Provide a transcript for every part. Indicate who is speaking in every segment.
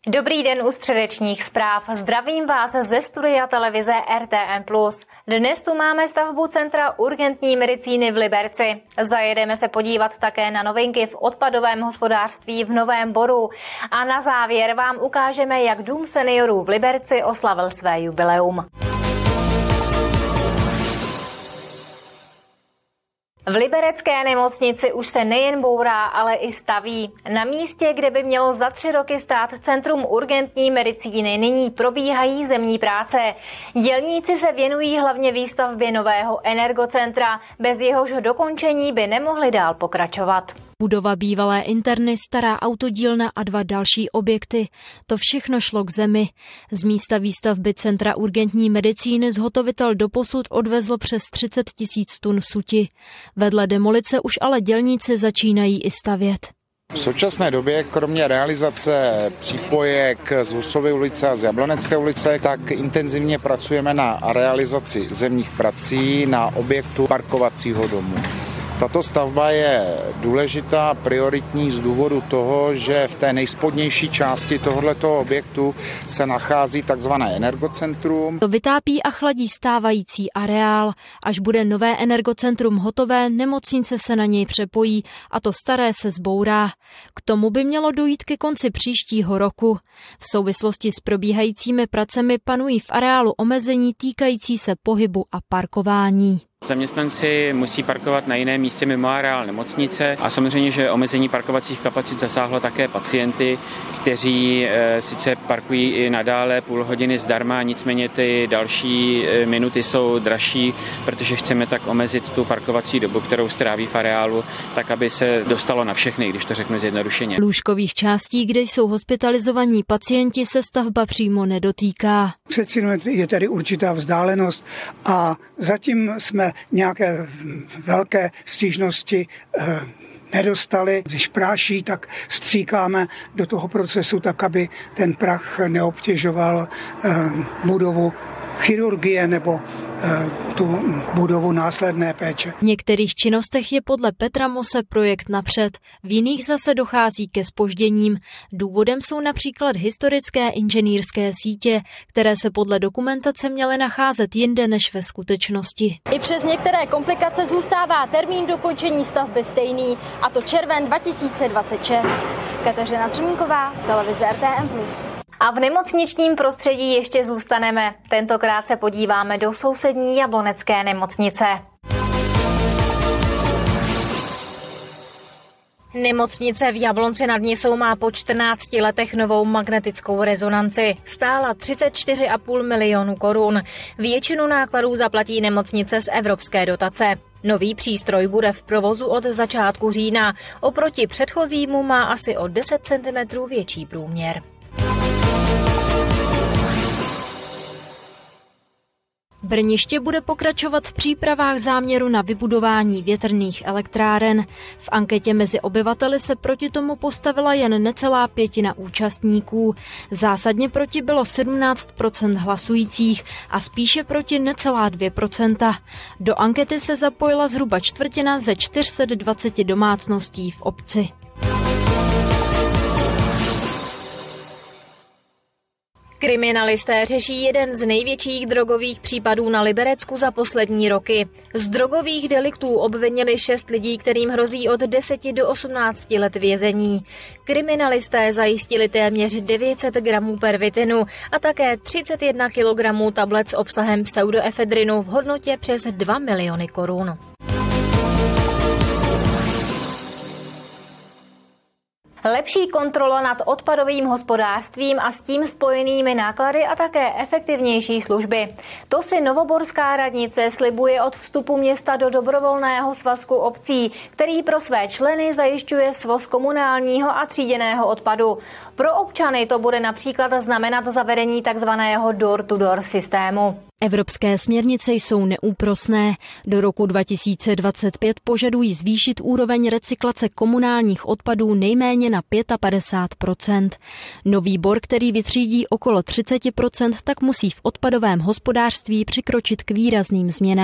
Speaker 1: Dobrý den u středečních zpráv. Zdravím vás ze studia televize RTM+. Dnes tu máme stavbu Centra urgentní medicíny v Liberci. Zajedeme se podívat také na novinky v odpadovém hospodářství v Novém Boru. A na závěr vám ukážeme, jak Dům seniorů v Liberci oslavil své jubileum. V liberecké nemocnici už se nejen bourá, ale i staví. Na místě, kde by mělo za 3 roky stát Centrum urgentní medicíny, nyní probíhají zemní práce. Dělníci se věnují hlavně výstavbě nového energocentra, bez jehož dokončení by nemohli dál pokračovat.
Speaker 2: Budova bývalé interny, stará autodílna a 2 další objekty. To všechno šlo k zemi. Z místa výstavby Centra urgentní medicíny zhotovitel doposud odvezl přes 30 000 tun suti. Vedle demolice už ale dělníci začínají i stavět.
Speaker 3: V současné době kromě realizace přípojek z Husovy ulice a z Jablonecké ulice, tak intenzivně pracujeme na realizaci zemních prací na objektu parkovacího domu. Tato stavba je důležitá, prioritní z důvodu toho, že v té nejspodnější části tohoto objektu se nachází takzvané energocentrum.
Speaker 2: To vytápí a chladí stávající areál. Až bude nové energocentrum hotové, nemocnice se na něj přepojí a to staré se zbourá. K tomu by mělo dojít ke konci příštího roku. V souvislosti s probíhajícími pracemi panují v areálu omezení týkající se pohybu a parkování.
Speaker 4: Zaměstnanci musí parkovat na jiném místě mimo areál nemocnice a samozřejmě, že omezení parkovacích kapacit zasáhlo také pacienty, kteří sice parkují i nadále půl hodiny zdarma, nicméně ty další minuty jsou dražší, protože chceme tak omezit tu parkovací dobu, kterou stráví v areálu, tak aby se dostalo na všechny, když to řeknu zjednodušeně.
Speaker 2: Lůžkových částí, kde jsou hospitalizovaní pacienti, se stavba přímo nedotýká.
Speaker 5: Přeci je tady určitá vzdálenost a zatím jsme nějaké velké stížnosti nedostali. Když práší, tak stříkáme do toho procesu tak, aby ten prach neobtěžoval budovu chirurgie nebo tu budovu následné péče.
Speaker 2: V některých činnostech je podle Petra Mose projekt napřed, v jiných zase dochází ke zpožděním. Důvodem jsou například historické inženýrské sítě, které se podle dokumentace měly nacházet jinde než ve skutečnosti.
Speaker 1: I přes některé komplikace zůstává termín dokončení stavby stejný, a to červen 2026. Kateřina Třmínková, televize RTM+. A v nemocničním prostředí ještě zůstaneme. Tentokrát se podíváme do sousední Jablonecké nemocnice. Nemocnice v Jablonci nad Nisou má po 14 letech novou magnetickou rezonanci. Stála 34,5 milionu korun. Většinu nákladů zaplatí nemocnice z evropské dotace. Nový přístroj bude v provozu od začátku října. Oproti předchozímu má asi o 10 cm větší průměr.
Speaker 2: Brniště bude pokračovat v přípravách záměru na vybudování větrných elektráren. V anketě mezi obyvateli se proti tomu postavila jen necelá 1/5 účastníků. Zásadně proti bylo 17% hlasujících a spíše proti necelá 2%. Do ankety se zapojila zhruba 1/4 ze 420 domácností v obci.
Speaker 1: Kriminalisté řeší jeden z největších drogových případů na Liberecku za poslední roky. Z drogových deliktů obvinili 6 lidí, kterým hrozí od 10 do 18 let vězení. Kriminalisté zajistili téměř 900 gramů pervitinu a také 31 kilogramů tablet s obsahem pseudoefedrinu v hodnotě přes 2 miliony korun. Lepší kontrola nad odpadovým hospodářstvím a s tím spojenými náklady a také efektivnější služby. To si novoborská radnice slibuje od vstupu města do dobrovolného svazku obcí, který pro své členy zajišťuje svoz komunálního a tříděného odpadu. Pro občany to bude například znamenat zavedení takzvaného door-to-door systému.
Speaker 2: Evropské směrnice jsou neúprosné. Do roku 2025 požadují zvýšit úroveň recyklace komunálních odpadů nejméně na 55%. Nový bor, který vytřídí okolo 30%, tak musí v odpadovém hospodářství přikročit k výrazným změnám.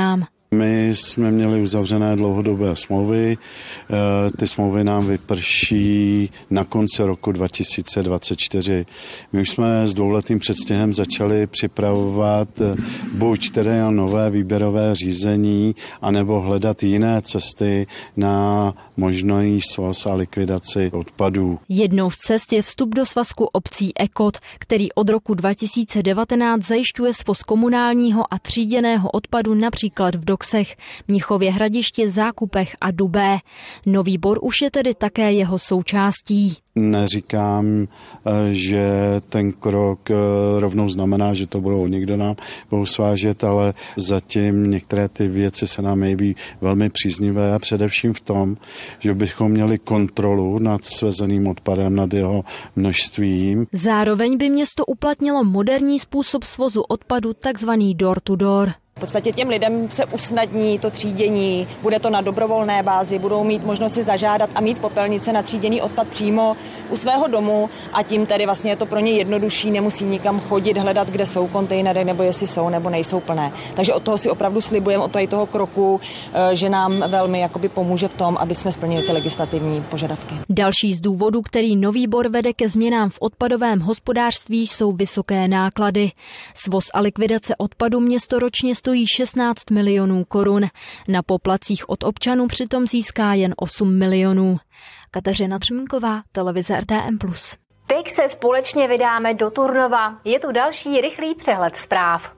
Speaker 6: My jsme měli uzavřené dlouhodobé smlouvy, ty smlouvy nám vyprší na konci roku 2024. My už jsme s dvouletým předstihem začali připravovat buď tedy nové výběrové řízení, anebo hledat jiné cesty na možný svoz a likvidaci odpadů.
Speaker 2: Jednou z cest je vstup do svazku obcí EKOT, který od roku 2019 zajišťuje svoz komunálního a tříděného odpadu například v Doksech, Mnichově Hradišti, Zákupech a Dubé. Nový Bor už je tedy také jeho součástí.
Speaker 6: Neříkám, že ten krok rovnou znamená, že to budou někdo nám svážet, ale zatím některé ty věci se nám jeví velmi příznivé a především v tom, že bychom měli kontrolu nad svezeným odpadem, nad jeho množstvím.
Speaker 2: Zároveň by město uplatnilo moderní způsob svozu odpadu, takzvaný door to door.
Speaker 7: V podstatě těm lidem se usnadní to třídění, bude to na dobrovolné bázi, budou mít možnost si zažádat a mít popelnice na tříděný odpad přímo u svého domu a tím tedy vlastně je to pro ně jednodušší, nemusí nikam chodit, hledat, kde jsou kontejnery, nebo jestli jsou nebo nejsou plné. Takže od toho si opravdu slibujeme, od toho kroku, že nám velmi jakoby pomůže v tom, aby jsme splnili ty legislativní požadavky.
Speaker 2: Další z důvodů, který Nový Bor vede ke změnám v odpadovém hospodářství, jsou vysoké náklady. Svoz a likvidace odpadu město ročně stojí 16 milionů korun. Na poplatcích od občanů přitom získá jen 8 milionů. Kateřina Třmínková, televize RTM+.
Speaker 1: Teď se společně vydáme do Turnova. Je tu další rychlý přehled zpráv.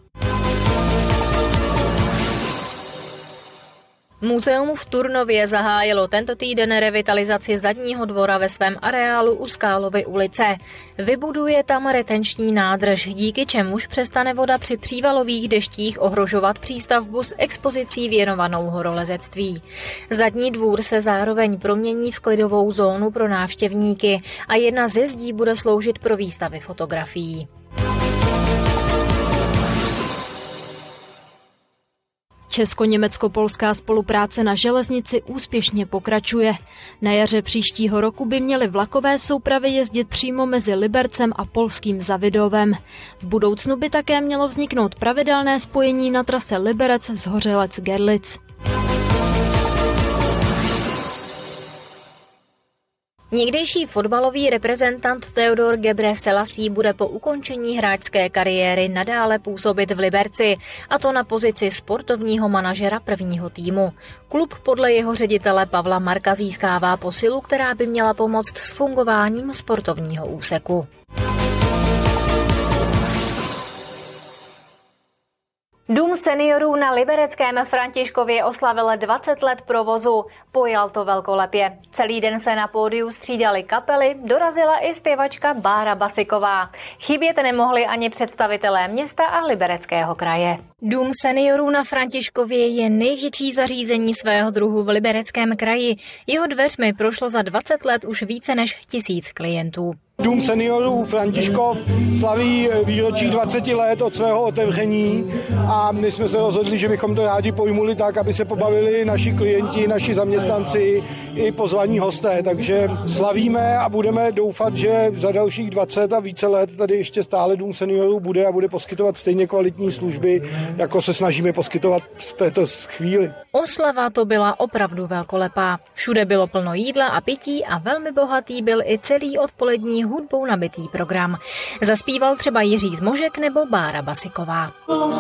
Speaker 1: Muzeum v Turnově zahájilo tento týden revitalizaci zadního dvora ve svém areálu u Skálovy ulice. Vybuduje tam retenční nádrž, díky čemuž přestane voda při přívalových deštích ohrožovat přístavbu s expozicí věnovanou horolezectví. Zadní dvůr se zároveň promění v klidovou zónu pro návštěvníky a jedna ze zdí bude sloužit pro výstavy fotografií.
Speaker 2: Česko-německo-polská spolupráce na železnici úspěšně pokračuje. Na jaře příštího roku by měly vlakové soupravy jezdit přímo mezi Libercem a polským Zawidowem. V budoucnu by také mělo vzniknout pravidelné spojení na trase Liberec-Zhořelec-Gerlitz.
Speaker 1: Někdejší fotbalový reprezentant Theodor Gebre-Selassie bude po ukončení hráčské kariéry nadále působit v Liberci, a to na pozici sportovního manažera prvního týmu. Klub podle jeho ředitele Pavla Marka získává posilu, která by měla pomoct s fungováním sportovního úseku. Dům seniorů na libereckém Františkově oslavil 20 let provozu. Pojal to velkolepě. Celý den se na pódiu střídaly kapely, dorazila i zpěvačka Bára Basiková. Chybět nemohli ani představitelé města a Libereckého kraje. Dům seniorů na Františkově je největší zařízení svého druhu v Libereckém kraji. Jeho dveřmi prošlo za 20 let už více než 1000 klientů.
Speaker 8: Dům seniorů Františkov slaví výročí 20 let od svého otevření a my jsme se rozhodli, že bychom to rádi pojmuli tak, aby se pobavili naši klienti, naši zaměstnanci i pozvaní hosté. Takže slavíme a budeme doufat, že za dalších 20 a více let tady ještě stále Dům seniorů bude a bude poskytovat stejně kvalitní služby, jako se snažíme poskytovat v této chvíli.
Speaker 1: Oslava to byla opravdu velkolepá. Všude bylo plno jídla a pití a velmi bohatý byl i celý odpolední hudbou nabitý program. Zaspíval třeba Jiří Zmožek nebo Bára Basiková.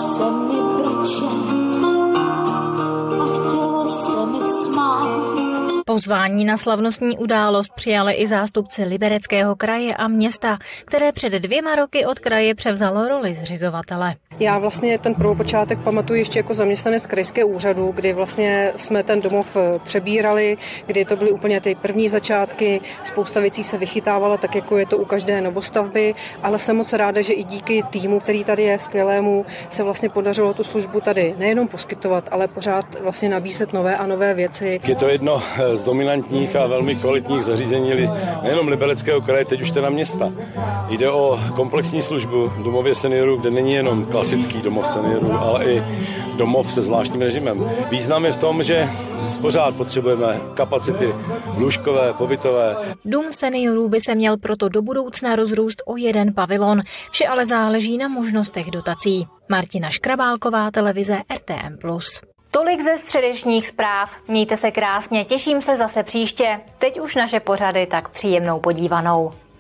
Speaker 1: Pozvání na slavnostní událost přijali i zástupci Libereckého kraje a města, které před 2 roky od kraje převzalo roli zřizovatele.
Speaker 9: Já vlastně ten prvopočátek pamatuju ještě jako zaměstnanec krajského úřadu, kdy vlastně jsme ten domov přebírali, kdy to byly úplně ty první začátky, spousta věcí se vychytávala, tak jako je to u každé novostavby, ale jsem moc ráda, že i díky týmu, který tady je skvělému, se vlastně podařilo tu službu tady nejenom poskytovat, ale pořád vlastně nabízet nové a nové věci.
Speaker 10: Je to jedno z dominantních a velmi kvalitních zařízení nejenom Libereckého kraje, teď už teda města. Jde o komplexní službu v domově seniorů, kde není jenom klasický domov seniorů, ale i domov se zvláštním režimem. Význam je v tom, že pořád potřebujeme kapacity lůžkové, pobytové.
Speaker 1: Dům seniorů by se měl proto do budoucna rozrůst o 1 pavilon. Vše ale záleží na možnostech dotací. Martina Škrabálková, televize RTM+. Tolik ze středečních zpráv. Mějte se krásně, těším se zase příště. Teď už naše pořady tak příjemnou podívanou.